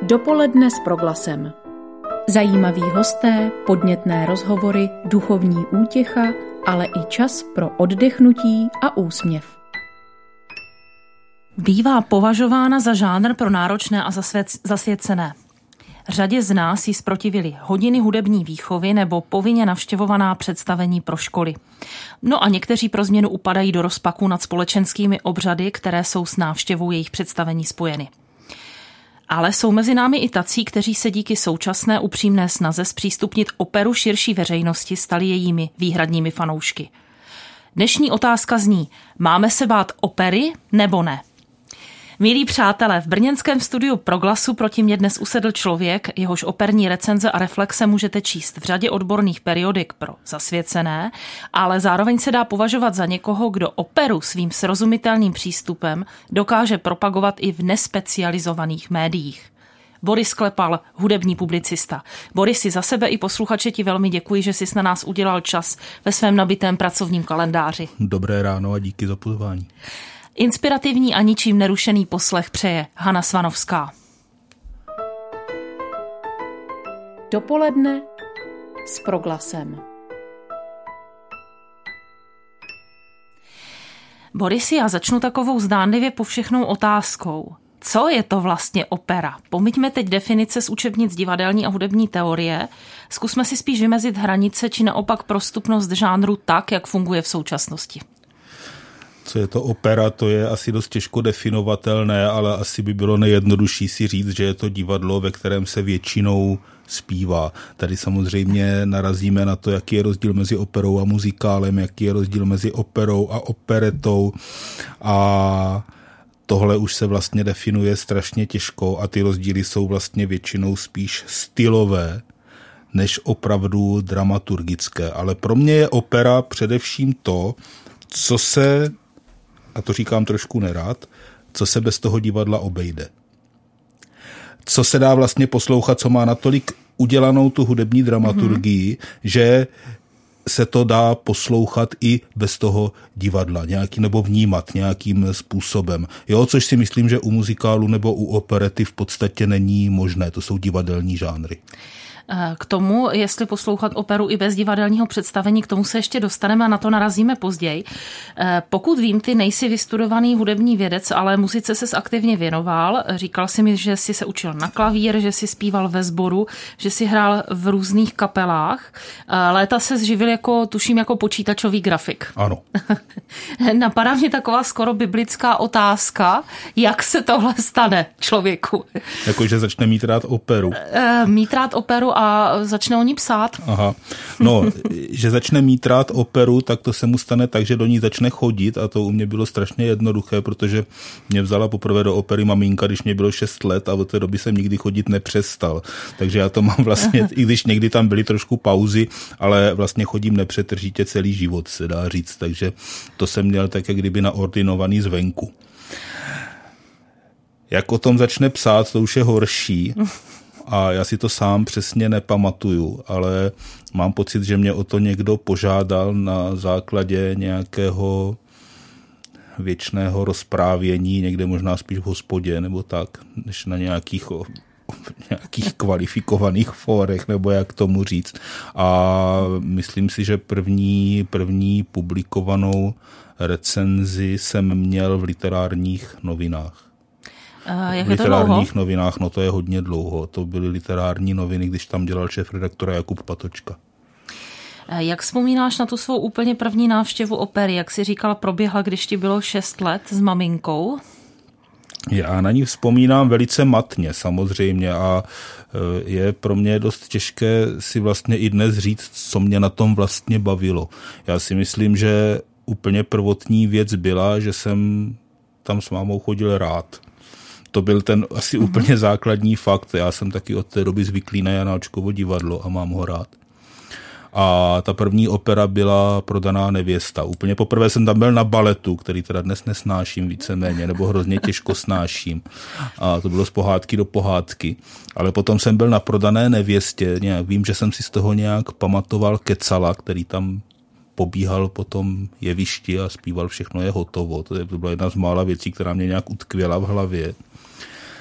Dopoledne s Proglasem. Zajímaví hosté, podnětné rozhovory, duchovní útěcha, ale i čas pro oddechnutí a úsměv. Bývá považována za žánr pro náročné a zasvěcené. Řadě z nás jí zprotivily hodiny hudební výchovy nebo povinně navštěvovaná představení pro školy. No a někteří pro změnu upadají do rozpaku nad společenskými obřady, které jsou s návštěvou jejich představení spojeny. Ale jsou mezi námi i tací, kteří se díky současné upřímné snaze zpřístupnit operu širší veřejnosti stali jejími výhradními fanoušky. Dnešní otázka zní, máme se bát opery nebo ne? Milí přátelé, v brněnském studiu Proglasu proti mě dnes usedl člověk, jehož operní recenze a reflexe můžete číst v řadě odborných periodik pro zasvěcené, ale zároveň se dá považovat za někoho, kdo operu svým srozumitelným přístupem dokáže propagovat i v nespecializovaných médiích. Boris Klepal, hudební publicista. Borisi, za sebe i posluchače ti velmi děkuji, že jsi na nás udělal čas ve svém nabitém pracovním kalendáři. Dobré ráno a díky za pozvání. Inspirativní a ničím nerušený poslech přeje Hana Svanovská. Dopoledne s Proglasem. Borisi, já začnu takovou zdánlivě povšechnou otázkou. Co je to vlastně opera? Pomyťme teď definice z učebnic divadelní a hudební teorie. Zkusme si spíš vymezit hranice či naopak prostupnost žánru tak, jak funguje v současnosti. Co je to opera, to je asi dost těžko definovatelné, ale asi by bylo nejjednodušší si říct, že je to divadlo, ve kterém se většinou zpívá. Tady samozřejmě narazíme na to, jaký je rozdíl mezi operou a muzikálem, jaký je rozdíl mezi operou a operetou a tohle už se vlastně definuje strašně těžko a ty rozdíly jsou vlastně většinou spíš stylové, než opravdu dramaturgické. Ale pro mě je opera především to, co se, a to říkám trošku nerad, co se bez toho divadla obejde. Co se dá vlastně poslouchat, co má natolik udělanou tu hudební dramaturgii, že se to dá poslouchat i bez toho divadla, nebo vnímat nějakým způsobem. Jo, což si myslím, že u muzikálu nebo u operety v podstatě není možné, to jsou divadelní žánry. K tomu, jestli poslouchat operu i bez divadelního představení, k tomu se ještě dostaneme a na to narazíme později. Pokud vím, ty nejsi vystudovaný hudební vědec, ale muzice ses aktivně věnoval. Říkal jsi mi, že jsi se učil na klavír, že jsi zpíval ve sboru, že jsi hrál v různých kapelách. Léta se živil tuším jako počítačový grafik. Ano. Napadá mě taková skoro biblická otázka, jak se tohle stane člověku. Jakože začne mít rád operu. Mít rád operu a začne o ní psát. Aha. No, že začne mít rád operu, tak to se mu stane tak, že do ní začne chodit a to u mě bylo strašně jednoduché, protože mě vzala poprvé do opery maminka, když mě bylo 6 let a od té doby jsem nikdy chodit nepřestal. Takže já to mám vlastně, i když někdy tam byly trošku pauzy, ale vlastně chodím nepřetržitě celý život, se dá říct. Takže to jsem měl tak, jak kdyby naordinovaný zvenku. Jak o tom začne psát, to už je horší. A já si to sám přesně nepamatuju, ale mám pocit, že mě o to někdo požádal na základě nějakého věčného rozprávění, někde možná spíš v hospodě nebo tak, než na nějakých kvalifikovaných fórech, nebo jak tomu říct. A myslím si, že první publikovanou recenzi jsem měl v literárních novinách. Jak v literárních novinách, no to je hodně dlouho. To byly literární noviny, když tam dělal šéfredaktora Jakub Patočka. Jak vzpomínáš na tu svou úplně první návštěvu opery? Jak jsi říkal, proběhla, když ti bylo 6 let s maminkou? Já na ní vzpomínám velice matně samozřejmě a je pro mě dost těžké si vlastně i dnes říct, co mě na tom vlastně bavilo. Já si myslím, že úplně prvotní věc byla, že jsem tam s mámou chodil rád. To byl ten asi úplně základní fakt. Já jsem taky od té doby zvyklý na Janáčkovo divadlo a mám ho rád. A ta první opera byla Prodaná nevěsta. Úplně poprvé jsem tam byl na baletu, který teda dnes nesnáším víceméně, nebo hrozně těžko snáším. A to bylo z pohádky do pohádky. Ale potom jsem byl na Prodané nevěstě. Vím, že jsem si z toho nějak pamatoval Kecala, který tam pobíhal po tom jevišti a zpíval Všechno je hotovo. To byla jedna z mála věcí, která mě nějak utkvěla v hlavě.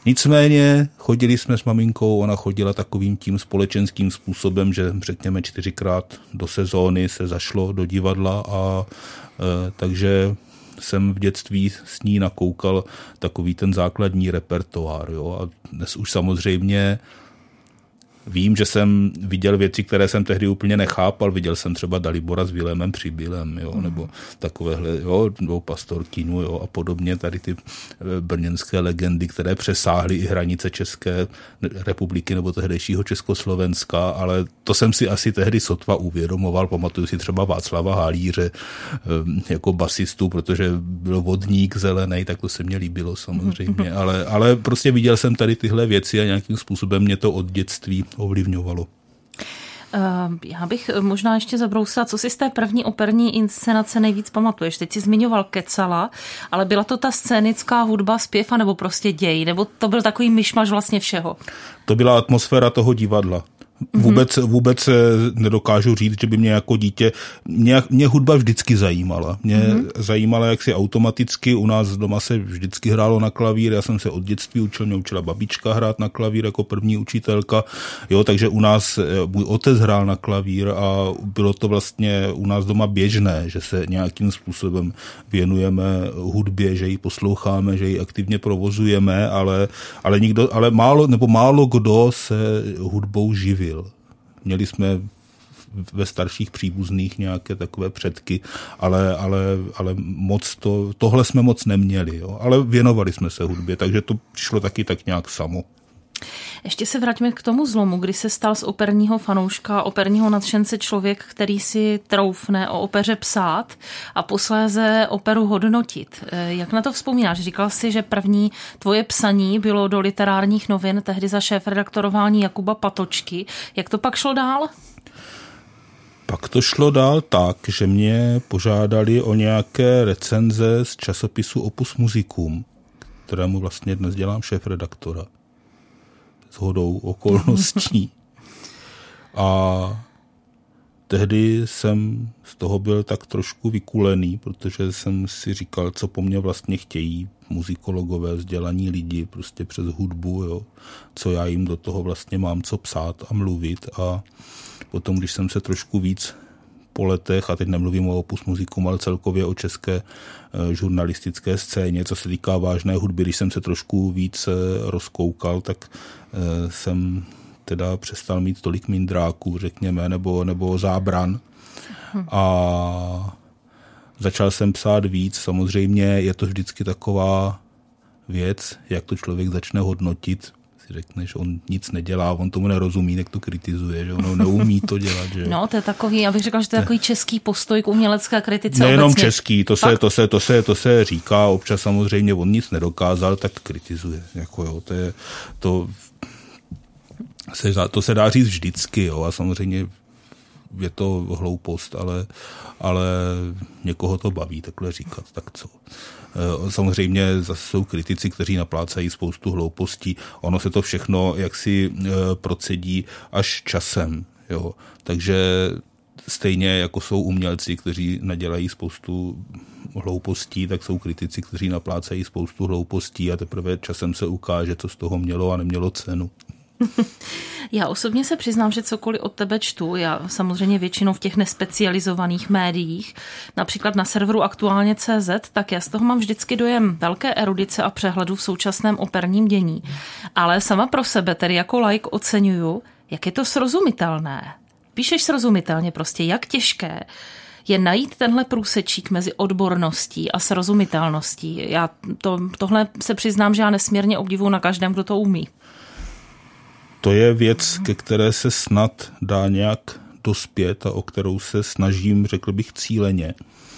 Nicméně chodili jsme s maminkou, ona chodila takovým tím společenským způsobem, že řekněme 4krát do sezóny se zašlo do divadla a takže jsem v dětství s ní nakoukal takový ten základní repertoár. Jo? A dnes už samozřejmě vím, že jsem viděl věci, které jsem tehdy úplně nechápal. Viděl jsem třeba Dalibora s Vilémem Přibylem, jo, nebo takovéhle, jo, nebo Pastorkyňu, jo, a podobně. Tady ty brněnské legendy, které přesáhly i hranice České republiky nebo tehdejšího Československa, ale to jsem si asi tehdy sotva uvědomoval. Pamatuju si třeba Václava Halíře jako basistu, protože byl vodník zelený, tak to se mně líbilo samozřejmě. Ale prostě viděl jsem tady tyhle věci a nějakým způsobem mě to od dětství ovlivňovalo. Já bych možná ještě zabrousila, co si z té první operní inscenace nejvíc pamatuješ? Teď si zmiňoval Kecala, ale byla to ta scénická hudba, zpěv, nebo prostě děj? Nebo to byl takový myšmaš vlastně všeho? To byla atmosféra toho divadla. Vůbec nedokážu říct, že by mě jako dítě, mě hudba vždycky zajímala. Mě zajímala jaksi automaticky, u nás doma se vždycky hrálo na klavír, já jsem se od dětství učil, mě učila babička hrát na klavír jako první učitelka, jo, takže u nás můj otec hrál na klavír a bylo to vlastně u nás doma běžné, že se nějakým způsobem věnujeme hudbě, že ji posloucháme, že ji aktivně provozujeme, ale málo kdo se hudbou živil. Měli jsme ve starších příbuzných nějaké takové předky, ale tohle jsme moc neměli. Jo? Ale věnovali jsme se hudbě, takže to přišlo taky tak nějak samo. Ještě se vraťme k tomu zlomu, kdy se stal z operního fanouška, operního nadšence člověk, který si troufne o opeře psát a posléze operu hodnotit. Jak na to vzpomínáš? Říkal jsi, že první tvoje psaní bylo do Literárních novin, tehdy za šéfredaktorování Jakuba Patočky. Jak to pak šlo dál? Pak to šlo dál tak, že mě požádali o nějaké recenze z časopisu Opus Musicum, kterému vlastně dnes dělám šéfredaktora. Shodou okolností. A tehdy jsem z toho byl tak trošku vykulený, protože jsem si říkal, co po mně vlastně chtějí muzikologové, vzdělaní lidi, prostě přes hudbu, jo, co já jim do toho vlastně mám co psát a mluvit. A potom, když jsem se trošku víc po letech, a teď nemluvím o Opus Musicum, ale celkově o české žurnalistické scéně, co se týká vážné hudby, když jsem se trošku víc rozkoukal, tak jsem teda přestal mít tolik mindráků, řekněme, nebo zábran. A začal jsem psát víc. Samozřejmě je to vždycky taková věc, jak to člověk začne hodnotit. Si řekneš, on nic nedělá, on tomu nerozumí, jak to kritizuje, že on neumí to dělat. Že? No, to je takový, já bych řekla, že to je takový český postoj k umělecké kritice. Nejenom český, to se říká, občas samozřejmě on nic nedokázal, tak kritizuje. Jako jo, to se dá říct vždycky, jo, a samozřejmě je to hloupost, ale někoho to baví takhle říkat, tak co. Samozřejmě zase jsou kritici, kteří naplácají spoustu hloupostí. Ono se to všechno jaksi procedí až časem. Jo. Takže stejně jako jsou umělci, kteří nadělají spoustu hloupostí, tak jsou kritici, kteří naplácají spoustu hloupostí a teprve časem se ukáže, co z toho mělo a nemělo cenu. Já osobně se přiznám, že cokoliv od tebe čtu, já samozřejmě většinou v těch nespecializovaných médiích, například na serveru Aktuálně.cz, tak já z toho mám vždycky dojem velké erudice a přehledu v současném operním dění. Ale sama pro sebe, tedy jako laik, oceňuju, jak je to srozumitelné. Píšeš srozumitelně prostě, jak těžké je najít tenhle průsečík mezi odborností a srozumitelností. Tohle se přiznám, že já nesmírně obdivuju na každém, kdo to umí. To je věc, ke které se snad dá nějak dospět a o kterou se snažím, řekl bych, cíleně.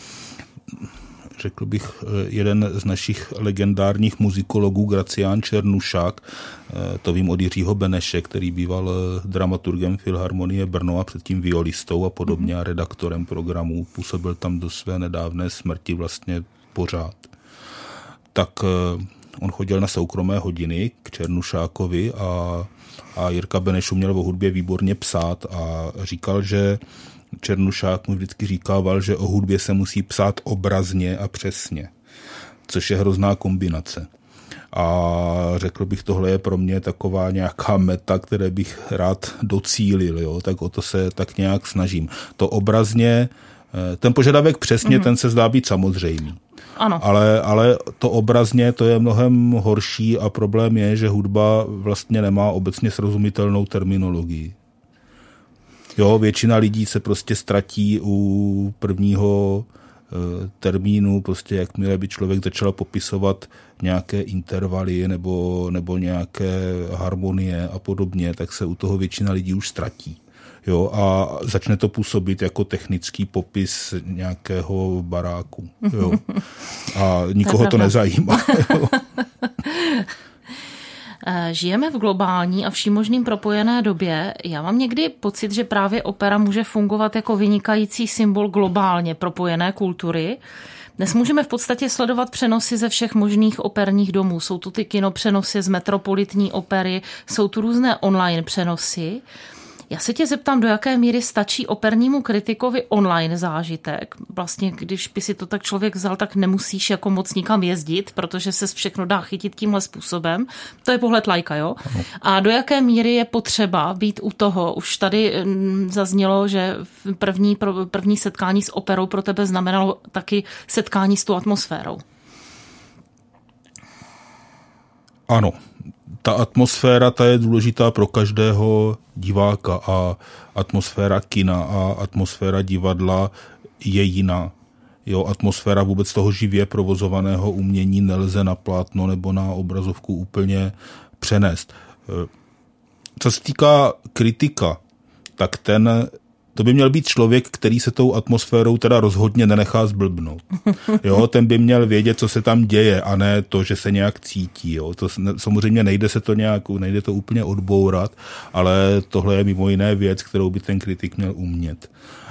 Řekl bych, jeden z našich legendárních muzikologů, Gracián Černušák, to vím od Jiřího Beneše, který býval dramaturgem Filharmonie Brno a předtím violistou a podobně a redaktorem programů. Působil tam do své nedávné smrti vlastně pořád. Tak on chodil na soukromé hodiny k Černušákovi a Jirka Beneš uměl o hudbě výborně psát a říkal, že Černušák mu vždycky říkával, že o hudbě se musí psát obrazně a přesně, což je hrozná kombinace. A řekl bych, tohle je pro mě taková nějaká meta, které bych rád docílil, jo? Tak o to se tak nějak snažím. To obrazně, ten požadavek přesně, ten se zdá být samozřejmý. Ano. Ale to obrazně, to je mnohem horší a problém je, že hudba vlastně nemá obecně srozumitelnou terminologii. Jo, většina lidí se prostě ztratí u prvního termínu, prostě jakmile by člověk začal popisovat nějaké intervaly nebo nějaké harmonie a podobně, tak se u toho většina lidí už ztratí. Jo, a začne to působit jako technický popis nějakého baráku. Jo. A nikoho to nezajímá. Jo. Žijeme v globální a všímožným propojené době. Já mám někdy pocit, že právě opera může fungovat jako vynikající symbol globálně propojené kultury. Dnes můžeme v podstatě sledovat přenosy ze všech možných operních domů. Jsou tu ty kinopřenosy z Metropolitní opery, jsou tu různé online přenosy. Já se tě zeptám, do jaké míry stačí opernímu kritikovi online zážitek. Vlastně, když by si to tak člověk vzal, tak nemusíš jako moc nikam jezdit, protože se všechno dá chytit tímhle způsobem. To je pohled laika, jo? A do jaké míry je potřeba být u toho? Už tady zaznělo, že první setkání s operou pro tebe znamenalo taky setkání s tou atmosférou. Ano. Ta atmosféra, ta je důležitá pro každého diváka a atmosféra kina a atmosféra divadla je jiná. Jo, atmosféra vůbec toho živě provozovaného umění nelze na plátno nebo na obrazovku úplně přenést. Co se týká kritika, tak to by měl být člověk, který se tou atmosférou teda rozhodně nenechá zblbnout. Jo, ten by měl vědět, co se tam děje, a ne to, že se nějak cítí. Jo. To, samozřejmě nejde to úplně odbourat, ale tohle je mimo jiné věc, kterou by ten kritik měl umět.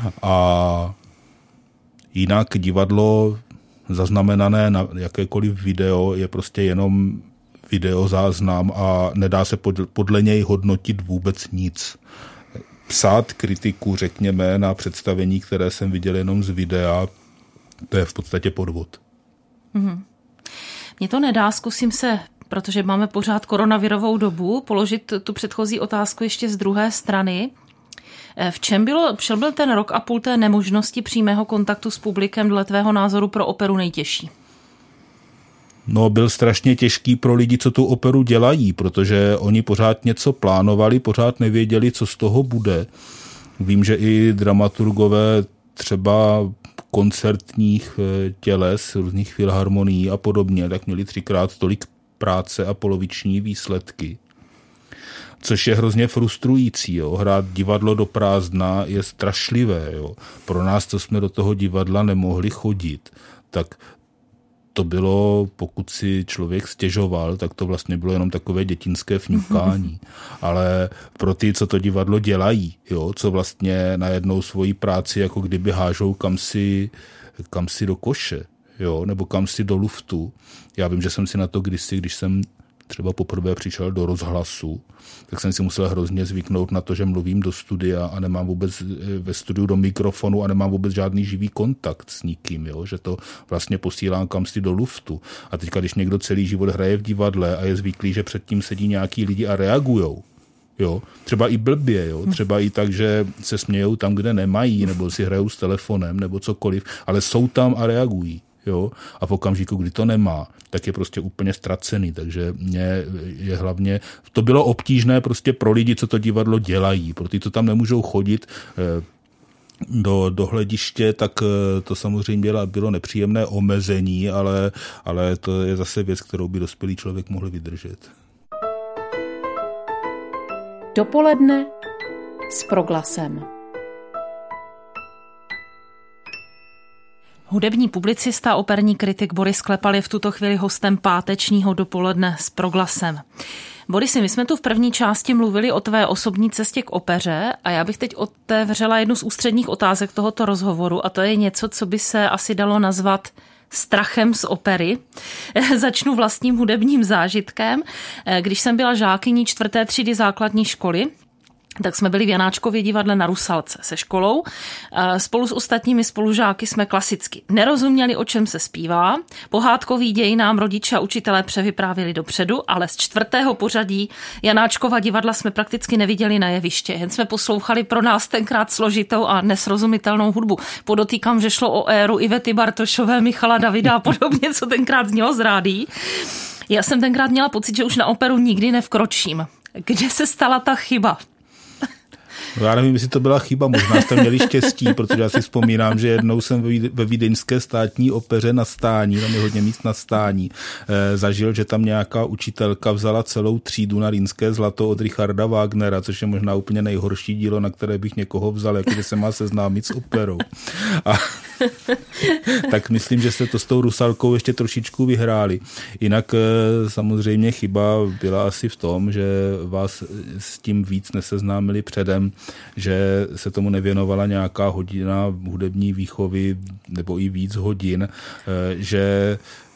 A jinak divadlo zaznamenané na jakékoliv video je prostě jenom videozáznam a nedá se podle něj hodnotit vůbec nic. Psát kritiku, řekněme, na představení, které jsem viděl jenom z videa, to je v podstatě podvod. Mně to nedá, zkusím se, protože máme pořád koronavirovou dobu, položit tu předchozí otázku ještě z druhé strany. V čem byl ten rok a půl té nemožnosti přímého kontaktu s publikem dle tvého názoru pro operu nejtěžší? No, byl strašně těžký pro lidi, co tu operu dělají, protože oni pořád něco plánovali, pořád nevěděli, co z toho bude. Vím, že i dramaturgové třeba koncertních těles, různých filharmonií a podobně, tak měli 3x tolik práce a poloviční výsledky. Což je hrozně frustrující. Jo. Hrát divadlo do prázdna je strašlivé. Jo. Pro nás, co jsme do toho divadla nemohli chodit, tak to bylo, pokud si člověk stěžoval, tak to vlastně bylo jenom takové dětinské fňukání. Ale pro ty, co to divadlo dělají, jo, co vlastně najednou svoji práci jako kdyby hážou kamsi do koše, jo, nebo kamsi do luftu. Já vím, že jsem si na to kdysi, když jsem třeba poprvé přišel do rozhlasu, tak jsem si musel hrozně zvyknout na to, že mluvím do studia a nemám vůbec ve studiu do mikrofonu a nemám vůbec žádný živý kontakt s nikým, jo? Že to vlastně posílám kamsi do luftu. A teďka, když někdo celý život hraje v divadle a je zvyklý, že předtím sedí nějaký lidi a reagujou, jo? Třeba i blbě, jo? Třeba i tak, že se smějou tam, kde nemají, nebo si hrajou s telefonem, nebo cokoliv, ale jsou tam a reagují. Jo? A v okamžiku, kdy to nemá, tak je prostě úplně ztracený. Takže mě je hlavně, to bylo obtížné prostě pro lidi, co to divadlo dělají. Pro ty, co tam nemůžou chodit do hlediště, tak to samozřejmě bylo nepříjemné omezení, ale to je zase věc, kterou by dospělý člověk mohl vydržet. Dopoledne s Proglasem. Hudební publicista, operní kritik Boris Klepal je v tuto chvíli hostem pátečního Dopoledne s Proglasem. Borisi, my jsme tu v první části mluvili o tvé osobní cestě k opeře a já bych teď otevřela jednu z ústředních otázek tohoto rozhovoru a to je něco, co by se asi dalo nazvat strachem z opery. Začnu vlastním hudebním zážitkem. Když jsem byla žákyní 4. třídy základní školy, tak jsme byli v Janáčkově divadle na Rusalce se školou. Spolu s ostatními spolužáky jsme klasicky nerozuměli, o čem se zpívá. Pohádkový děj nám rodiče a učitelé převyprávěli dopředu, ale z 4. pořadí Janáčkova divadla jsme prakticky neviděli na jeviště. Jen jsme poslouchali pro nás tenkrát složitou a nesrozumitelnou hudbu. Podotýkám, že šlo o éru Ivety Bartošové, Michala Davida a podobně, co tenkrát znělo z rádií. Já jsem tenkrát měla pocit, že už na operu nikdy nevkročím. Kde se stala ta chyba? No já nevím, jestli to byla chyba, možná jste měli štěstí, protože já si vzpomínám, že jednou jsem ve Vídeňské státní opeře na stání, tam je hodně míst na stání, zažil, že tam nějaká učitelka vzala celou třídu na Rýnské zlato od Richarda Wagnera, což je možná úplně nejhorší dílo, na které bych někoho vzal, jakože se má seznámit s operou. A tak myslím, že jste to s tou Rusalkou ještě trošičku vyhráli. Jinak samozřejmě chyba byla asi v tom, že vás s tím víc neseznámili předem, že se tomu nevěnovala nějaká hodina hudební výchovy nebo i víc hodin, že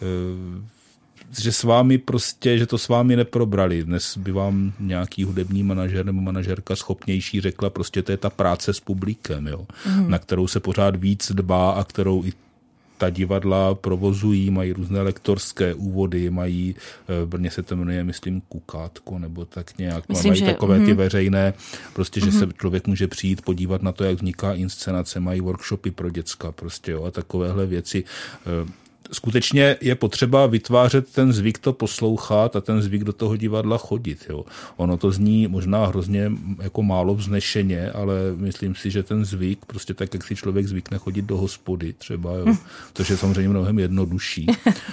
s vámi prostě, že to s vámi neprobrali. Dnes by vám nějaký hudební manažer nebo manažerka schopnější řekla, prostě to je ta práce s publikem, jo, na kterou se pořád víc dbá a kterou i ta divadla provozují, mají různé lektorské úvody, mají, v Brně se to jmenuje, myslím, Kukátko, nebo tak nějak. Myslím, mají takové ty veřejné, prostě, že se člověk může přijít podívat na to, jak vzniká inscenace, mají workshopy pro děcka, prostě, jo, a takovéhle věci. Skutečně je potřeba vytvářet ten zvyk to poslouchat a ten zvyk do toho divadla chodit. Jo. Ono to zní možná hrozně jako málo vznešeně, ale myslím si, že ten zvyk, prostě tak, jak si člověk zvykne chodit do hospody třeba, jo, což je samozřejmě mnohem jednodušší,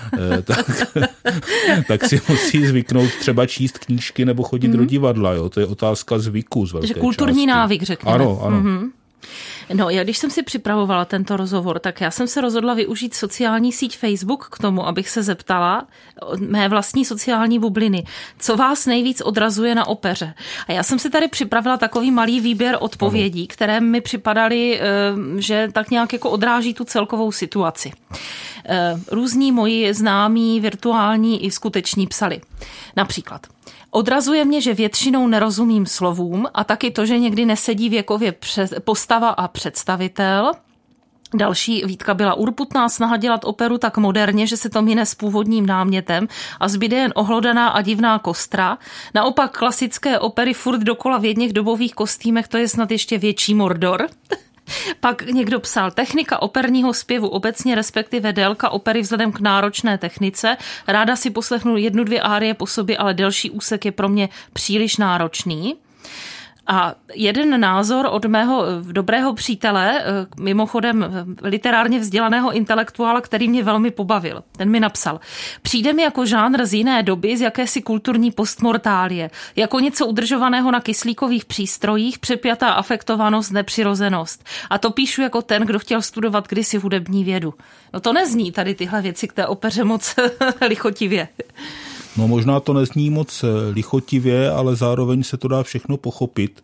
tak si musí zvyknout třeba číst knížky nebo chodit do divadla. Jo. To je otázka zvyku z velké části. Kulturní návyk, řekněme. Ano, ano. No, já když jsem si připravovala tento rozhovor, tak já jsem se rozhodla využít sociální síť Facebook k tomu, abych se zeptala mé vlastní sociální bubliny, co vás nejvíc odrazuje na opeře. A já jsem si tady připravila takový malý výběr odpovědí, které mi připadaly, že tak nějak jako odráží tu celkovou situaci. Různí moji známí, virtuální i skuteční psali. Například: odrazuje mě, že většinou nerozumím slovům a taky to, že někdy nesedí věkově postava a představitel. Další výtka byla: urputná snaha dělat operu tak moderně, že se to mine s původním námětem a zbyde jen ohlodaná a divná kostra. Naopak klasické opery furt dokola v jedněch dobových kostýmech, to je snad ještě větší mordor. Pak někdo psal: technika operního zpěvu obecně, respektive délka opery vzhledem k náročné technice. Ráda si poslechnu 1-2 árie po sobě, ale delší úsek je pro mě příliš náročný. A jeden názor od mého dobrého přítele, mimochodem literárně vzdělaného intelektuála, který mě velmi pobavil. Ten mi napsal: přijde mi jako žánr z jiné doby, z jakési kulturní postmortálie, jako něco udržovaného na kyslíkových přístrojích, přepjatá afektovanost, nepřirozenost. A to píšu jako ten, kdo chtěl studovat kdysi hudební vědu. No to nezní tady tyhle věci k té opeře moc lichotivě. No možná to nezní moc lichotivě, ale zároveň se to dá všechno pochopit.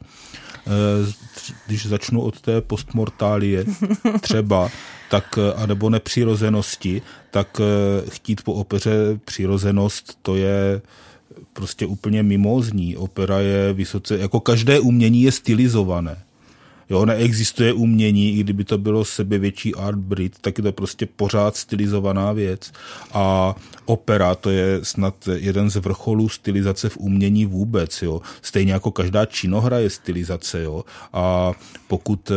Když začnu od té postmortálie třeba, tak, anebo nepřirozenosti, tak chtít po opeře přirozenost, to je prostě úplně mimózní. Opera je vysoce, jako každé umění je stylizované. Jo, neexistuje umění, i kdyby to bylo sebevětší art Brit, tak je to prostě pořád stylizovaná věc. A opera, to je snad jeden z vrcholů stylizace v umění vůbec. Jo. Stejně jako každá činohra je stylizace. Jo. A pokud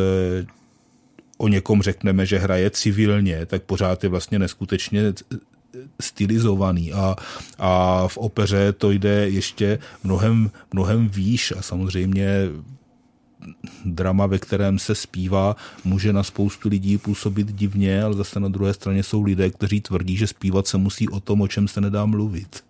o někom řekneme, že hraje civilně, tak pořád je vlastně neskutečně stylizovaný a v opeře to jde ještě mnohem výš a samozřejmě drama, ve kterém se zpívá, může na spoustu lidí působit divně, ale zase na druhé straně jsou lidé, kteří tvrdí, že zpívat se musí o tom, o čem se nedá mluvit.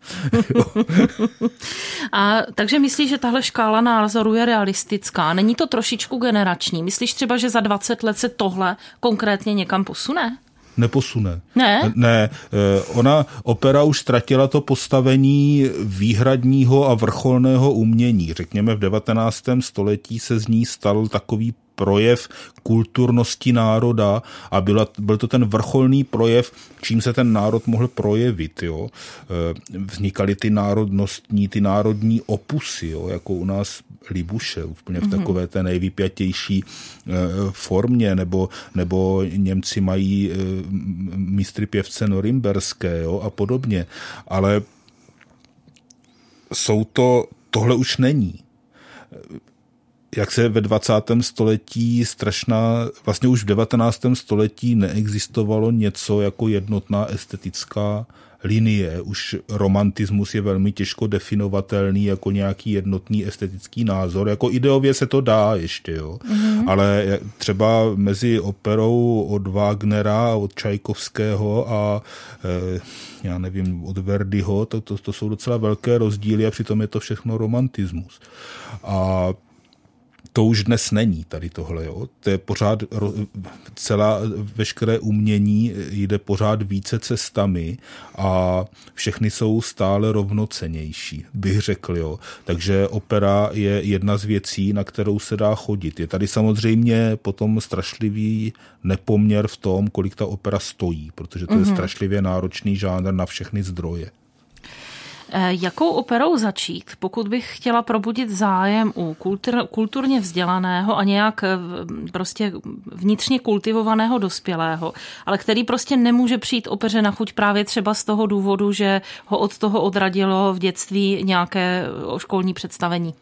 A takže myslíš, že tahle škála názoru je realistická? Není to trošičku generační? Myslíš třeba, že za 20 let se tohle konkrétně někam posune? Neposune. Ne, ona, opera už ztratila to postavení výhradního a vrcholného umění. Řekněme v 19. století se z ní stal takový projev kulturnosti národa a byl to ten vrcholný projev, čím se ten národ mohl projevit. Jo. Vznikaly ty národnostní, ty národní opusy, jo, jako u nás libuše, úplně v takové té nejvypjatější formě, nebo Němci mají mistry pěvce norimberské, jo, a podobně. Ale tohle už není. Jak se ve 20. století vlastně už v 19. století neexistovalo něco jako jednotná estetická linie. Už romantismus je velmi těžko definovatelný jako nějaký jednotný estetický názor. Jako ideově se to dá ještě, jo. Ale třeba mezi operou od Wagnera, od Čajkovského a já nevím, od Verdiho, to jsou docela velké rozdíly a přitom je to všechno romantismus. A to už dnes není tady tohle, jo. To je pořád veškeré umění jde pořád více cestami a všechny jsou stále rovnocennější, bych řekl, jo. Takže opera je jedna z věcí, na kterou se dá chodit. Je tady samozřejmě potom strašlivý nepoměr v tom, kolik ta opera stojí, protože to je strašlivě náročný žánr na všechny zdroje. Jakou operou začít, pokud bych chtěla probudit zájem u kulturně vzdělaného a nějak prostě vnitřně kultivovaného dospělého, ale který prostě nemůže přijít opeře na chuť právě třeba z toho důvodu, že ho od toho odradilo v dětství nějaké školní představení?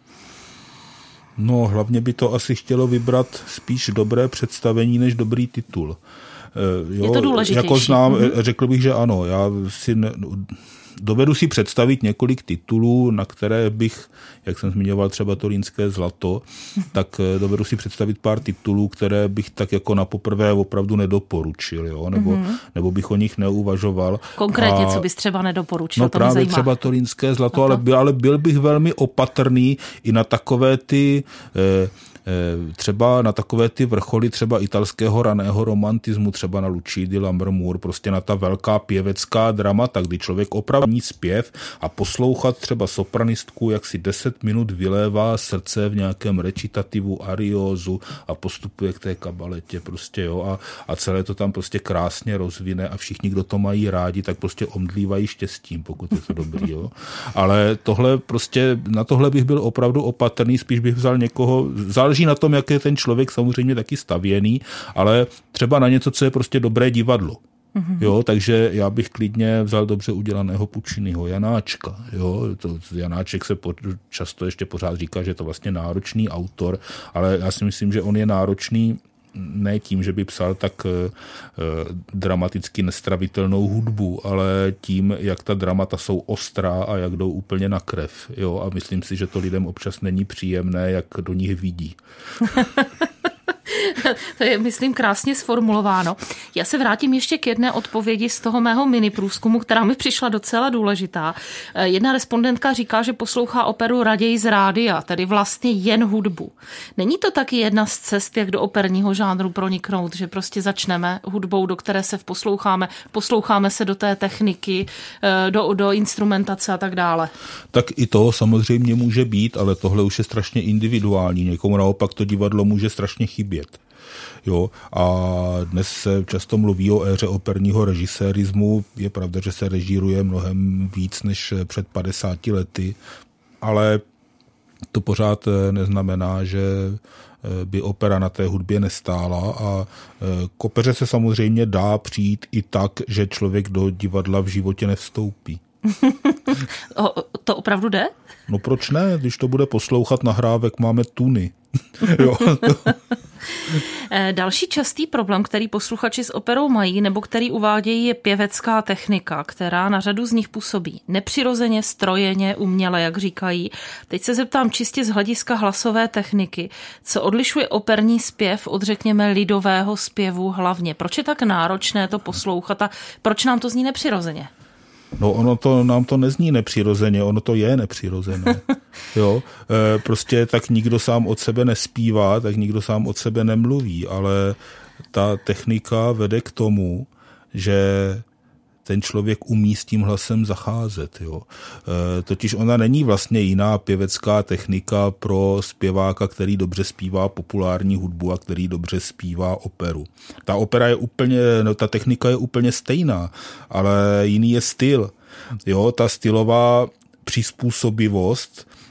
No, hlavně by to asi chtělo vybrat spíš dobré představení než dobrý titul. Jo, je to důležitější. Jako znám, řekl bych, že ano. Dovedu si představit několik titulů, na které bych, jak jsem zmiňoval třeba Torínské zlato, tak dovedu si představit pár titulů, které bych tak jako na poprvé opravdu nedoporučil, jo? Nebo bych o nich neuvažoval. Konkrétně, co bys třeba nedoporučil? No to právě třeba Torínské zlato, ale byl bych velmi opatrný i na takové ty třeba na takové ty vrcholy třeba italského raného romantismu, třeba na Luigi di Lammermoor, prostě na ta velká pěvecká dramata, kdy člověk opravdu zpěv a poslouchat třeba sopranistku, jak si 10 minut vylévá srdce v nějakém recitativu, ariózu a postupuje k té kabaletě prostě, jo, a celé to tam prostě krásně rozvine a všichni, kdo to mají rádi, tak prostě omdlívají štěstím, pokud je to dobrý, jo. Ale tohle prostě, na tohle bych byl opravdu opatrný, spíš bych vzal někoho, záleží na tom, jak je ten člověk samozřejmě taky stavěný, ale třeba na něco, co je prostě dobré divadlo. Jo, takže já bych klidně vzal dobře udělaného Pucciniho Janáčka. Jo, Janáček se často ještě pořád říká, že je to vlastně náročný autor, ale já si myslím, že on je náročný ne tím, že by psal tak dramaticky nestravitelnou hudbu, ale tím, jak ta dramata jsou ostrá a jak jdou úplně na krev. Jo, a myslím si, že to lidem občas není příjemné, jak do nich vidí. To je, myslím, krásně sformulováno. Já se vrátím ještě k jedné odpovědi z toho mého mini průzkumu, která mi přišla docela důležitá. Jedna respondentka říká, že poslouchá operu raději z rádia, tedy vlastně jen hudbu. Není to taky jedna z cest, jak do operního žánru proniknout, že prostě začneme hudbou, do které se posloucháme se do té techniky, do instrumentace a tak dále? Tak i to samozřejmě může být, ale tohle už je strašně individuální. Někomu naopak to divadlo může strašně chybět. Jo, a dnes se často mluví o éře operního režisérismu. Je pravda, že se režíruje mnohem víc než před 50 lety, ale to pořád neznamená, že by opera na té hudbě nestála a k opeře se samozřejmě dá přijít i tak, že člověk do divadla v životě nevstoupí. To opravdu jde? No proč ne? Když to bude poslouchat nahrávek, máme tuny. Jo. Další častý problém, který posluchači s operou mají, nebo který uvádějí, je pěvecká technika, která na řadu z nich působí nepřirozeně, strojeně, uměle, jak říkají. Teď se zeptám čistě z hlediska hlasové techniky. Co odlišuje operní zpěv od, řekněme, lidového zpěvu hlavně? Proč je tak náročné to poslouchat a proč nám to zní nepřirozeně? No nám to nezní nepřirozeně, ono to je nepřirozené. Jo, prostě tak nikdo sám od sebe nespívá, tak nikdo sám od sebe nemluví, ale ta technika vede k tomu, že ten člověk umí s tím hlasem zacházet. Jo. Totiž ona není vlastně jiná pěvecká technika pro zpěváka, který dobře zpívá populární hudbu a který dobře zpívá operu. Ta technika je úplně stejná, ale jiný je styl. Jo, ta stylová přizpůsobivost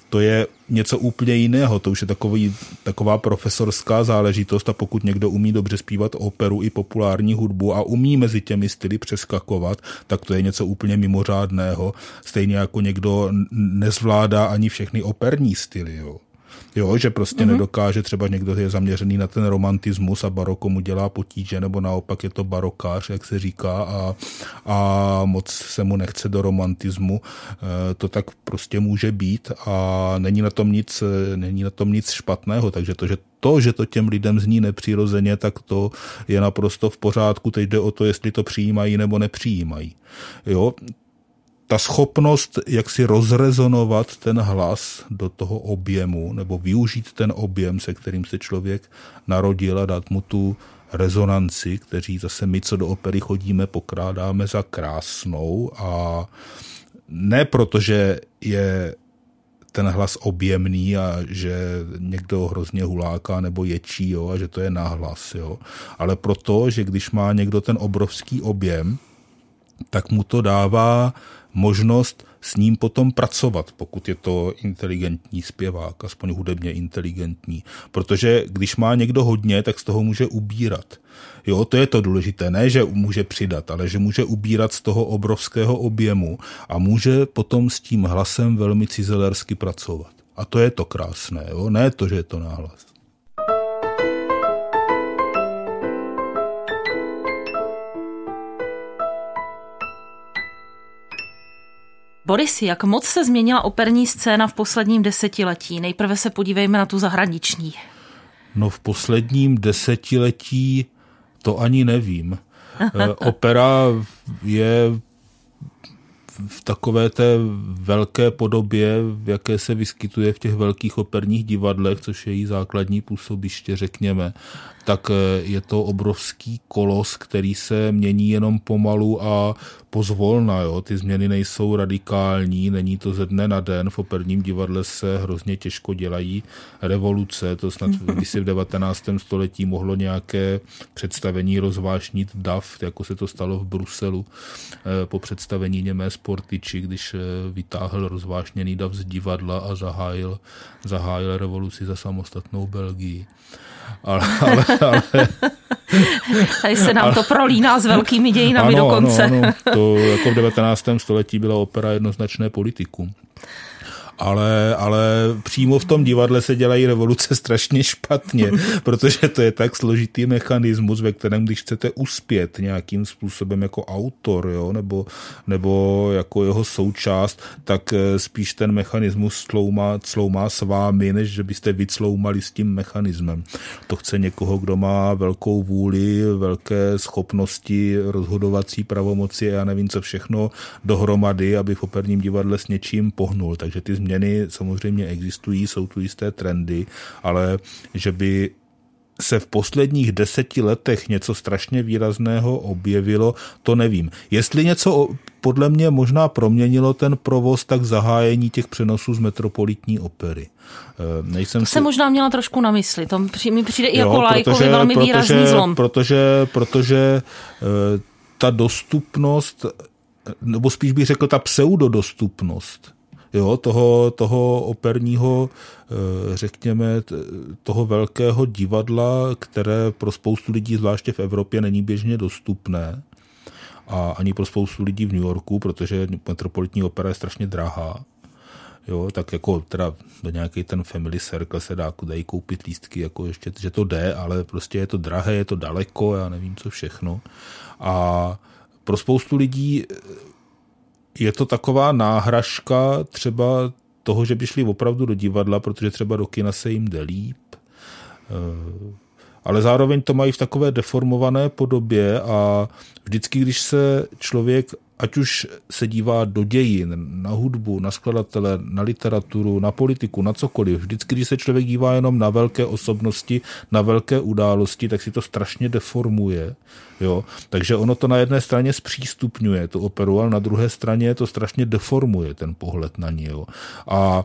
to je něco úplně jiného, to už je taková profesorská záležitost a pokud někdo umí dobře zpívat operu i populární hudbu a umí mezi těmi styly přeskakovat, tak to je něco úplně mimořádného. Stejně jako někdo nezvládá ani všechny operní styly, jo, že prostě nedokáže, třeba někdo je zaměřený na ten romantismus a baroko mu dělá potíže, nebo naopak je to barokář, jak se říká, a moc se mu nechce do romantismu. To tak prostě může být a není na tom nic špatného, takže že to těm lidem zní nepřirozeně, tak to je naprosto v pořádku. Teď jde o to, jestli to přijímají nebo nepřijímají. Jo, ta schopnost, jak si rozrezonovat ten hlas do toho objemu, nebo využít ten objem, se kterým se člověk narodil a dát mu tu rezonanci, kteří zase my, co do opery chodíme, pokládáme za krásnou a ne proto, že je ten hlas objemný a že někdo hrozně huláká nebo ječí, jo, a že to je nahlas, jo, ale proto, že když má někdo ten obrovský objem, tak mu to dává možnost s ním potom pracovat, pokud je to inteligentní zpěvák, aspoň hudebně inteligentní. Protože když má někdo hodně, tak z toho může ubírat. Jo, to je to důležité. Ne, že může přidat, ale že může ubírat z toho obrovského objemu a může potom s tím hlasem velmi cizelersky pracovat. A to je to krásné, jo? Ne to, že je to náhlas. Borisi, jak moc se změnila operní scéna v posledním desetiletí? Nejprve se podívejme na tu zahraniční. No v posledním desetiletí to ani nevím. Opera je v takové té velké podobě, v jaké se vyskytuje v těch velkých operních divadlech, což je její základní působiště, řekněme, tak je to obrovský kolos, který se mění jenom pomalu a pozvolna. Jo? Ty změny nejsou radikální, není to ze dne na den. V operním divadle se hrozně těžko dělají revoluce. To snad když si v 19. století mohlo nějaké představení rozvášnit dav, jako se to stalo v Bruselu po představení Němé Sportiči, když vytáhl rozvášněný dav z divadla a zahájil revoluci za samostatnou Belgii. Ale tady se nám to prolíná s velkými dějinami dokonce. Ano, to jako v 19. století byla opera jednoznačné politikum. Ale přímo v tom divadle se dělají revoluce strašně špatně, protože to je tak složitý mechanismus, ve kterém když chcete uspět nějakým způsobem jako autor, jo, nebo jako jeho součást, tak spíš ten mechanismus cloumá s vámi, než že byste vycloumali s tím mechanismem. To chce někoho, kdo má velkou vůli, velké schopnosti, rozhodovací pravomoci a já nevím co všechno dohromady, aby v operním divadle s něčím pohnul. Takže ty změny samozřejmě existují, jsou tu jisté trendy, ale že by se v posledních 10 letech něco strašně výrazného objevilo, to nevím. Jestli něco podle mě možná proměnilo ten provoz, tak zahájení těch přenosů z Metropolitní opery. To se možná měla trošku na mysli. To mi přijde i jako laikovi velmi výrazný zlom. Protože ta dostupnost, nebo spíš bych řekl ta pseudodostupnost, jo, toho operního, řekněme, toho velkého divadla, které pro spoustu lidí, zvláště v Evropě, není běžně dostupné. A ani pro spoustu lidí v New Yorku, protože Metropolitní opera je strašně drahá. Jo, tak jako teda do nějaký ten family circle se dají koupit lístky, jako ještě, že to jde, ale prostě je to drahé, je to daleko, já nevím co všechno. A pro spoustu lidí je to taková náhražka třeba toho, že by šli opravdu do divadla, protože třeba do kina se jim jde líp. Ale zároveň to mají v takové deformované podobě a vždycky, když se člověk, ať už se dívá do dějin, na hudbu, na skladatele, na literaturu, na politiku, na cokoliv, vždycky, když se člověk dívá jenom na velké osobnosti, na velké události, tak si to strašně deformuje. Jo? Takže ono to na jedné straně zpřístupňuje tu operu, ale na druhé straně to strašně deformuje ten pohled na ní. Jo? A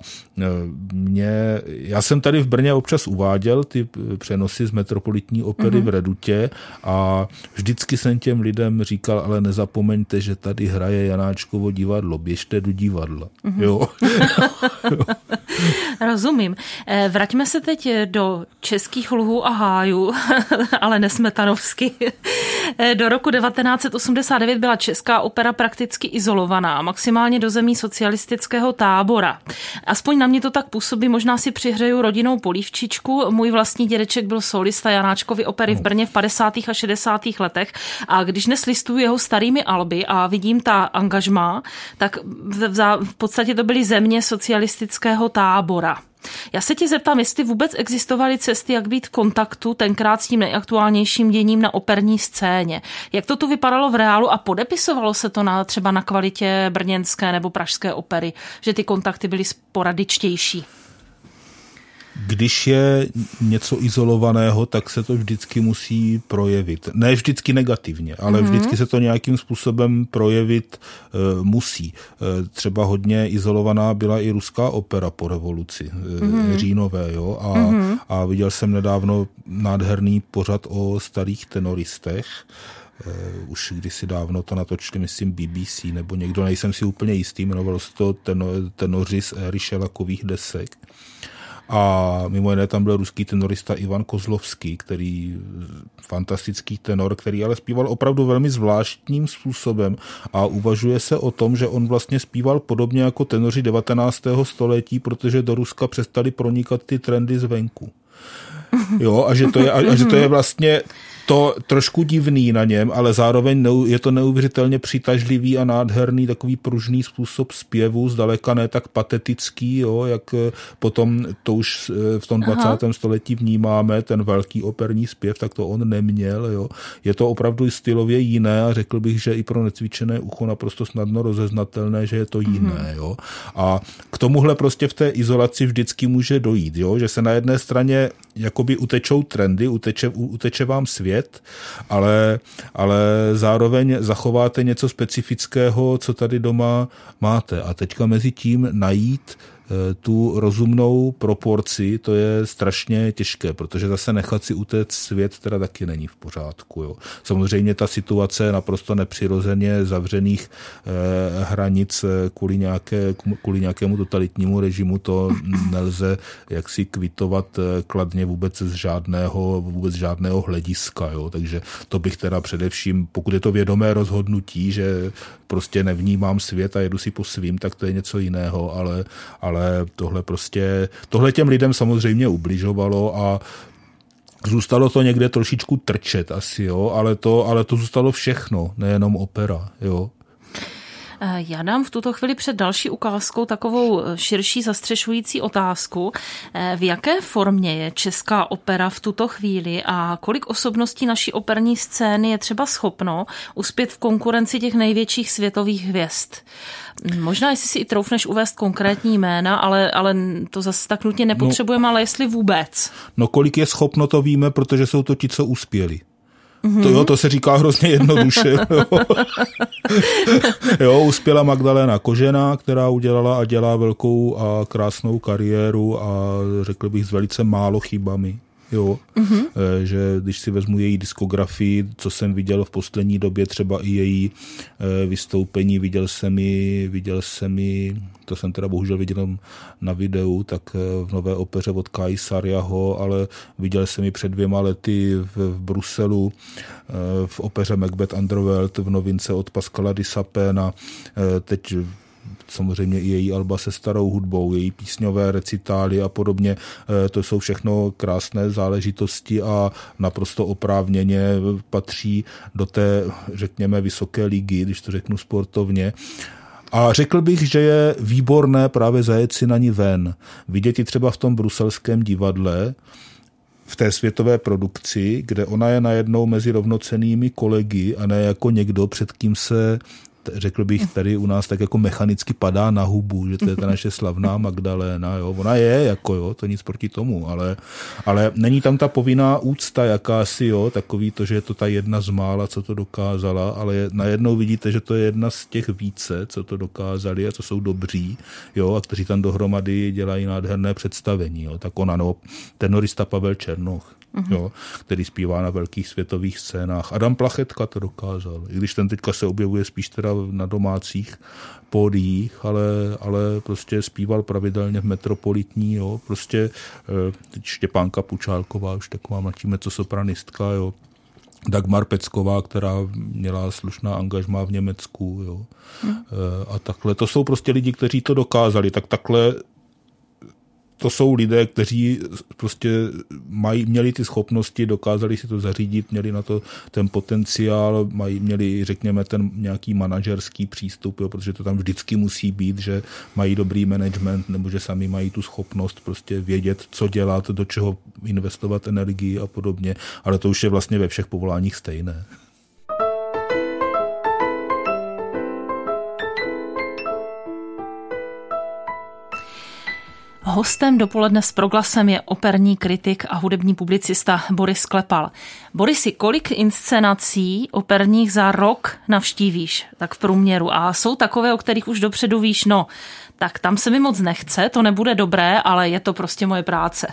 já jsem tady v Brně občas uváděl ty přenosy z Metropolitní opery v Redutě a vždycky jsem těm lidem říkal, ale nezapomeňte, že tady hraje Janáčkovo divadlo, běžte do divadla. Jo? Rozumím. Vraťme se teď do českých luhů a hájů, ale nesmetanovsky. Do roku 1989 byla česká opera prakticky izolovaná, maximálně do zemí socialistického tábora. Aspoň na mě to tak působí, možná si přihřeju rodinnou polívčičku. Můj vlastní dědeček byl solista Janáčkovy opery v Brně v 50. a 60. letech a když dnes listuju jeho starými alby a vidím ta angažmá, tak v podstatě to byly země socialistického tábora. Já se tě zeptám, jestli vůbec existovaly cesty, jak být v kontaktu tenkrát s tím nejaktuálnějším děním na operní scéně. Jak to tu vypadalo v reálu a podepisovalo se to třeba na kvalitě brněnské nebo pražské opery, že ty kontakty byly sporadičtější? Když je něco izolovaného, tak se to vždycky musí projevit. Ne vždycky negativně, ale vždycky se to nějakým způsobem projevit musí. Třeba hodně izolovaná byla i ruská opera po revoluci, říjnové, jo? A viděl jsem nedávno nádherný pořad o starých tenoristech. Už kdysi dávno to natočili, myslím, BBC nebo někdo, nejsem si úplně jistý, jmenovalo se to Tenoři z éry šelakových desek. A mimo jiné tam byl ruský tenorista Ivan Kozlovský, který fantastický tenor, který ale zpíval opravdu velmi zvláštním způsobem a uvažuje se o tom, že on vlastně zpíval podobně jako tenoři 19. století, protože do Ruska přestali pronikat ty trendy zvenku. Jo, a že to je vlastně to trošku divný na něm, ale zároveň je to neuvěřitelně přitažlivý a nádherný takový pružný způsob zpěvu, zdaleka ne tak patetický, jo, jak potom to už v tom 20. století vnímáme, ten velký operní zpěv, tak to on neměl. Jo. Je to opravdu stylově jiné a řekl bych, že i pro necvičené ucho naprosto snadno rozeznatelné, že je to jiné. Jo. A k tomuhle prostě v té izolaci vždycky může dojít, jo, že se na jedné straně jakoby utečou trendy, uteče vám svět, ale zároveň zachováte něco specifického, co tady doma máte. A teďka mezi tím najít tu rozumnou proporci, to je strašně těžké, protože zase nechat si utéct svět teda taky není v pořádku. Jo. Samozřejmě ta situace naprosto nepřirozeně zavřených hranic kvůli nějakému totalitnímu režimu, to nelze jaksi kvitovat kladně vůbec z žádného hlediska. Jo. Takže to bych teda především, pokud je to vědomé rozhodnutí, že prostě nevnímám svět a jedu si po svým, tak to je něco jiného, ale tohle těm lidem samozřejmě ubližovalo a zůstalo to někde trošičku trčet asi, jo, ale to zůstalo všechno, nejenom opera, jo. Já dám v tuto chvíli před další ukázkou takovou širší zastřešující otázku. V jaké formě je česká opera v tuto chvíli a kolik osobností naší operní scény je třeba schopno uspět v konkurenci těch největších světových hvězd? Možná, jestli si i troufneš uvést konkrétní jména, ale to zase tak nutně nepotřebujeme, ale jestli vůbec. No kolik je schopno, to víme, protože jsou to ti, co uspěli. To se říká hrozně jednoduše. Jo, uspěla Magdalena Kožená, která udělala a dělá velkou a krásnou kariéru a řekl bych s velice málo chybami. Jo, že když si vezmu její diskografii, co jsem viděl v poslední době, třeba i její vystoupení, viděl jsem ji, to jsem teda bohužel viděl na videu, tak v nové opeře od Kai Sarjaho, ale viděl jsem ji před 2 lety v Bruselu, v opeře Macbeth Underworld, v novince od Pascala Di Sapena, teď samozřejmě i její alba se starou hudbou, její písňové recitály a podobně. To jsou všechno krásné záležitosti a naprosto oprávněně patří do té, řekněme, vysoké ligy, když to řeknu sportovně. A řekl bych, že je výborné právě zajet si na ní ven. Vidět ji třeba v tom bruselském divadle, v té světové produkci, kde ona je najednou mezi rovnocennými kolegy a ne jako někdo, před kým se, řekl bych, tady u nás tak jako mechanicky padá na hubu, že to je ta naše slavná Magdaléna, jo. Ona je jako, jo, to nic proti tomu, ale není tam ta povinná úcta jakási, jo, takový to, že je to ta jedna z mála, co to dokázala, ale najednou vidíte, že to je jedna z těch více, co to dokázali a co jsou dobří, jo, a kteří tam dohromady dělají nádherné představení, jo. Tak ona, no, tenorista Pavel Černoch, jo, který zpívá na velkých světových scénách. Adam Plachetka to dokázal, i když ten teďka se objevuje spíš teda na domácích pódiích, ale prostě zpíval pravidelně v Metropolitní, jo, prostě Štěpánka Pučálková, už taková mladší mezzosopranistka, jo, Dagmar Pecková, která měla slušná angažmá v Německu, jo. A takhle. To jsou prostě lidi, kteří to dokázali, takhle to jsou lidé, kteří prostě měli ty schopnosti, dokázali si to zařídit, měli na to ten potenciál, měli, řekněme, ten nějaký manažerský přístup, jo, protože to tam vždycky musí být, že mají dobrý management, nebo že sami mají tu schopnost prostě vědět, co dělat, do čeho investovat energii a podobně, ale to už je vlastně ve všech povoláních stejné. Hostem dopoledne s Proglasem je operní kritik a hudební publicista Boris Klepal. Borisi, kolik inscenací operních za rok navštívíš tak v průměru? A jsou takové, o kterých už dopředu víš, no, tak tam se mi moc nechce, to nebude dobré, ale je to prostě moje práce.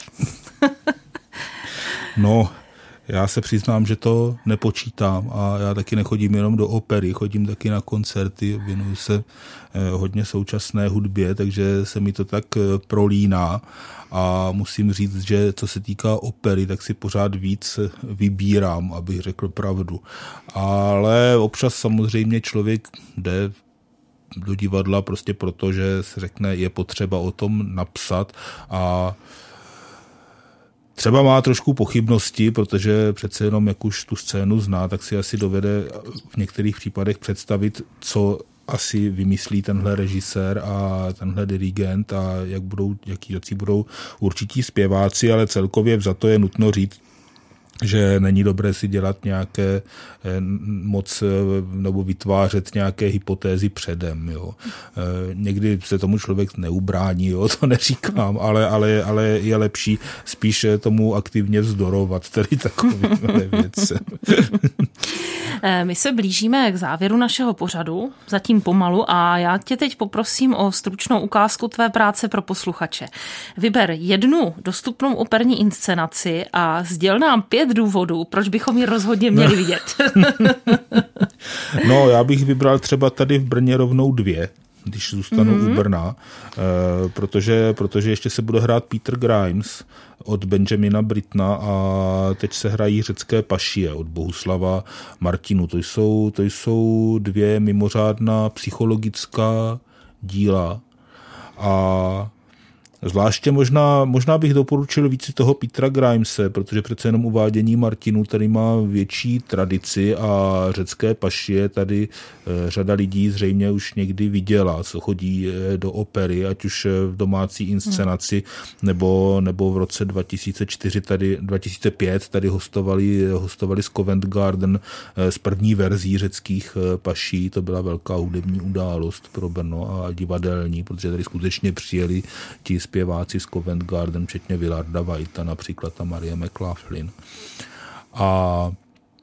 No, já se přiznám, že to nepočítám a já taky nechodím jenom do opery, chodím taky na koncerty, věnuju se hodně současné hudbě, takže se mi to tak prolíná a musím říct, že co se týká opery, tak si pořád víc vybírám, abych řekl pravdu. Ale občas samozřejmě člověk jde do divadla prostě proto, že se řekne, je potřeba o tom napsat a třeba má trošku pochybnosti, protože přece jenom, jak už tu scénu zná, tak si asi dovede v některých případech představit, co asi vymyslí tenhle režisér a tenhle dirigent a jaký budou určití zpěváci, ale celkově vzato je nutno říct, že není dobré si dělat nějaké moc nebo vytvářet nějaké hypotézy předem. Jo. Někdy se tomu člověk neubrání, jo, to neříkám, ale je lepší spíš tomu aktivně vzdorovat, tedy takovýmhle věcem. My se blížíme k závěru našeho pořadu, zatím pomalu, a já tě teď poprosím o stručnou ukázku tvé práce pro posluchače. Vyber jednu dostupnou operní inscenaci a sděl nám 5 důvodů, proč bychom ji rozhodně měli vidět. No, já bych vybral třeba tady v Brně rovnou 2, když zůstanu u Brna, protože ještě se bude hrát Peter Grimes od Benjamina Brittona a teď se hrají Řecké pašie od Bohuslava Martinu. To jsou 2 mimořádná psychologická díla a zvláště možná bych doporučil víc toho Petra Grimese, protože přece jenom Uvádění Martinů tady má větší tradici a Řecké pašie tady řada lidí zřejmě už někdy viděla, co chodí do opery, ať už v domácí inscenaci, nebo v roce 2005 tady hostovali z Covent Garden s první verzí Řeckých paší. To byla velká hudební událost pro Brno a divadelní, protože tady skutečně přijeli ti zpěváci z Covent Garden, včetně Willarda Whitea, například a Marie McLaughlin. A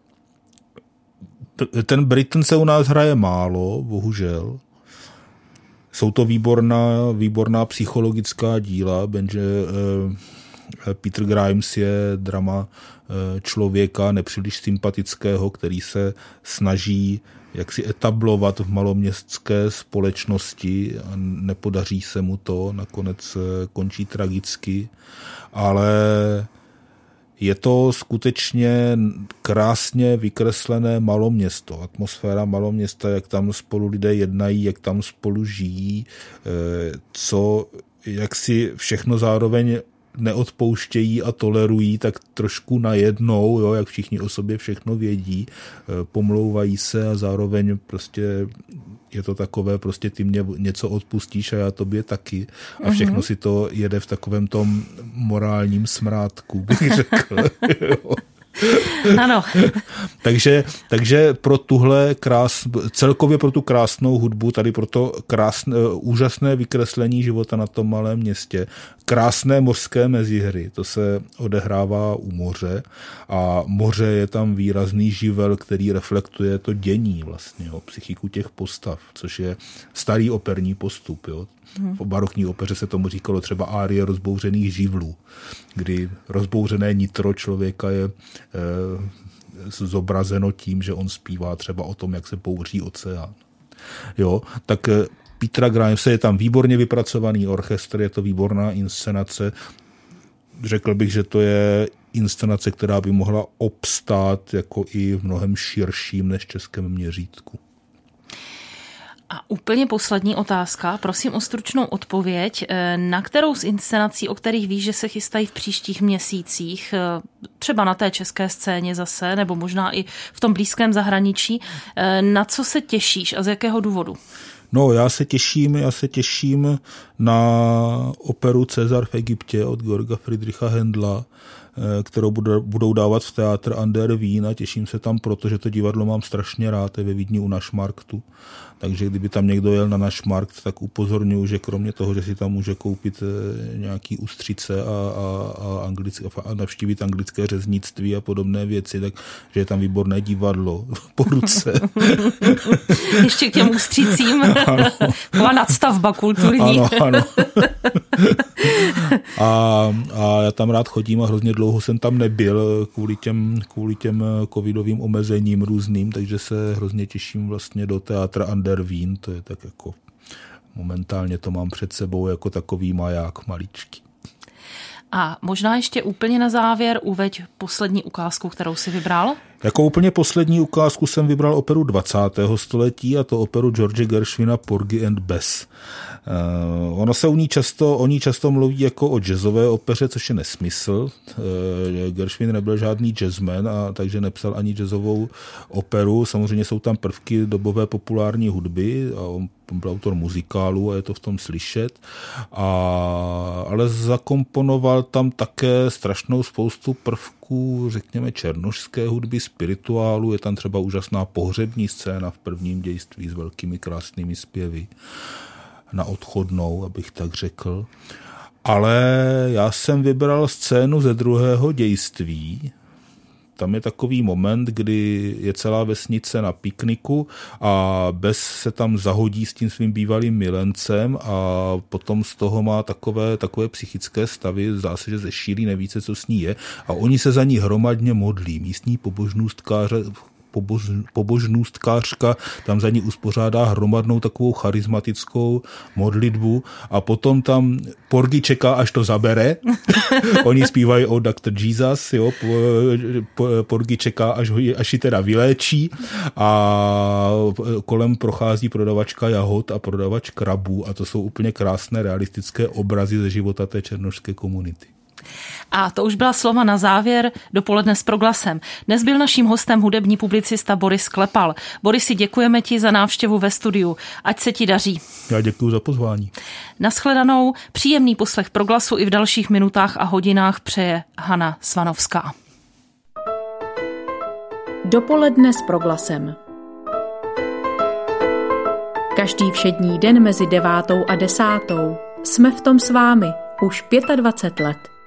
ten Britten se u nás hraje málo, bohužel. Jsou to výborná psychologická díla. Peter Grimes je drama člověka nepříliš sympatického, který se snaží jak si etablovat v maloměstské společnosti a nepodaří se mu to, nakonec končí tragicky, ale je to skutečně krásně vykreslené maloměsto, atmosféra maloměsta, jak tam spolu lidé jednají, jak tam spolu žijí, jak si všechno zároveň neodpouštějí a tolerují, tak trošku najednou, jo, jak všichni o sobě všechno vědí, pomlouvají se a zároveň prostě je to takové, prostě ty mě něco odpustíš a já tobě taky. A všechno si to jede v takovém tom morálním smrádku, bych řekl. Jo. Ano. takže pro tuhle celkově pro tu krásnou hudbu, tady pro to úžasné vykreslení života na tom malém městě, krásné mořské mezihry, to se odehrává u moře a moře je tam výrazný živel, který reflektuje to dění vlastně, jo, psychiku těch postav, což je starý operní postup, jo. V barokní opeře se tomu říkalo třeba árie rozbouřených živlů, kdy rozbouřené nitro člověka je zobrazeno tím, že on zpívá třeba o tom, jak se bouří oceán. Jo, tak Petra Grimese je tam výborně vypracovaný orchestr, je to výborná inscenace. Řekl bych, že to je inscenace, která by mohla obstát jako i v mnohem širším než českém měřítku. A úplně poslední otázka, prosím o stručnou odpověď. Na kterou z inscenací, o kterých víš, že se chystají v příštích měsících, třeba na té české scéně zase, nebo možná i v tom blízkém zahraničí, na co se těšíš a z jakého důvodu? No, já se těším na operu Cezar v Egyptě od Georga Friedricha Händla, kterou budou dávat v Theater an der Wien a těším se tam, protože to divadlo mám strašně rád, je ve Vídni u Našmarktu. Takže kdyby tam někdo jel na Našmarkt, tak upozorňuji, že kromě toho, že si tam může koupit nějaký ústřice a navštívit anglické řeznictví a podobné věci, tak že je tam výborné divadlo po ruce. Ještě k těm ústřicím. Taková nadstavba kulturní. Ano. A já tam rád chodím a hrozně dlouho jsem tam nebyl kvůli těm covidovým omezením různým, takže se hrozně těším vlastně do Teatra an der Wien, to je tak jako momentálně to mám před sebou jako takový maják maličký. A možná ještě úplně na závěr uveď poslední ukázku, kterou si vybral. Jako úplně poslední ukázku jsem vybral operu 20. století a to operu George Gershwina Porgy and Bess. Ono se o ní často mluví jako o jazzové opeře, což je nesmysl. Gershwin nebyl žádný jazzman, a takže nepsal ani jazzovou operu. Samozřejmě jsou tam prvky dobové populární hudby a on byl autor muzikálu a je to v tom slyšet. Ale zakomponoval tam také strašnou spoustu prvků, řekněme, černošské hudby, spirituálu. Je tam třeba úžasná pohřební scéna v prvním dějství s velkými krásnými zpěvy na odchodnou, abych tak řekl. Ale já jsem vybral scénu ze druhého dějství. Tam je takový moment, kdy je celá vesnice na pikniku a Bess se tam zahodí s tím svým bývalým milencem a potom z toho má takové psychické stavy, zdá se, že zešílí, neví se, co s ní je a oni se za ní hromadně modlí. Místní pobožnůstkářka tam za ní uspořádá hromadnou takovou charismatickou modlitbu a potom tam Porgy čeká, až to zabere. Oni zpívají o Dr. Jesus, jo? Porgy čeká, až ji teda vyléčí a kolem prochází prodavačka jahod a prodavač krabů a to jsou úplně krásné realistické obrazy ze života té černošské komunity. A to už byla slova na závěr dopoledne s Proglasem. Dnes byl naším hostem hudební publicista Boris Klepal. Borisi, děkujeme ti za návštěvu ve studiu. Ať se ti daří. Já děkuji za pozvání. Nashledanou, příjemný poslech Proglasu i v dalších minutách a hodinách přeje Hana Svanovská. Dopoledne s Proglasem. Každý všední den mezi 9. a 10. Jsme v tom s vámi už 25 let.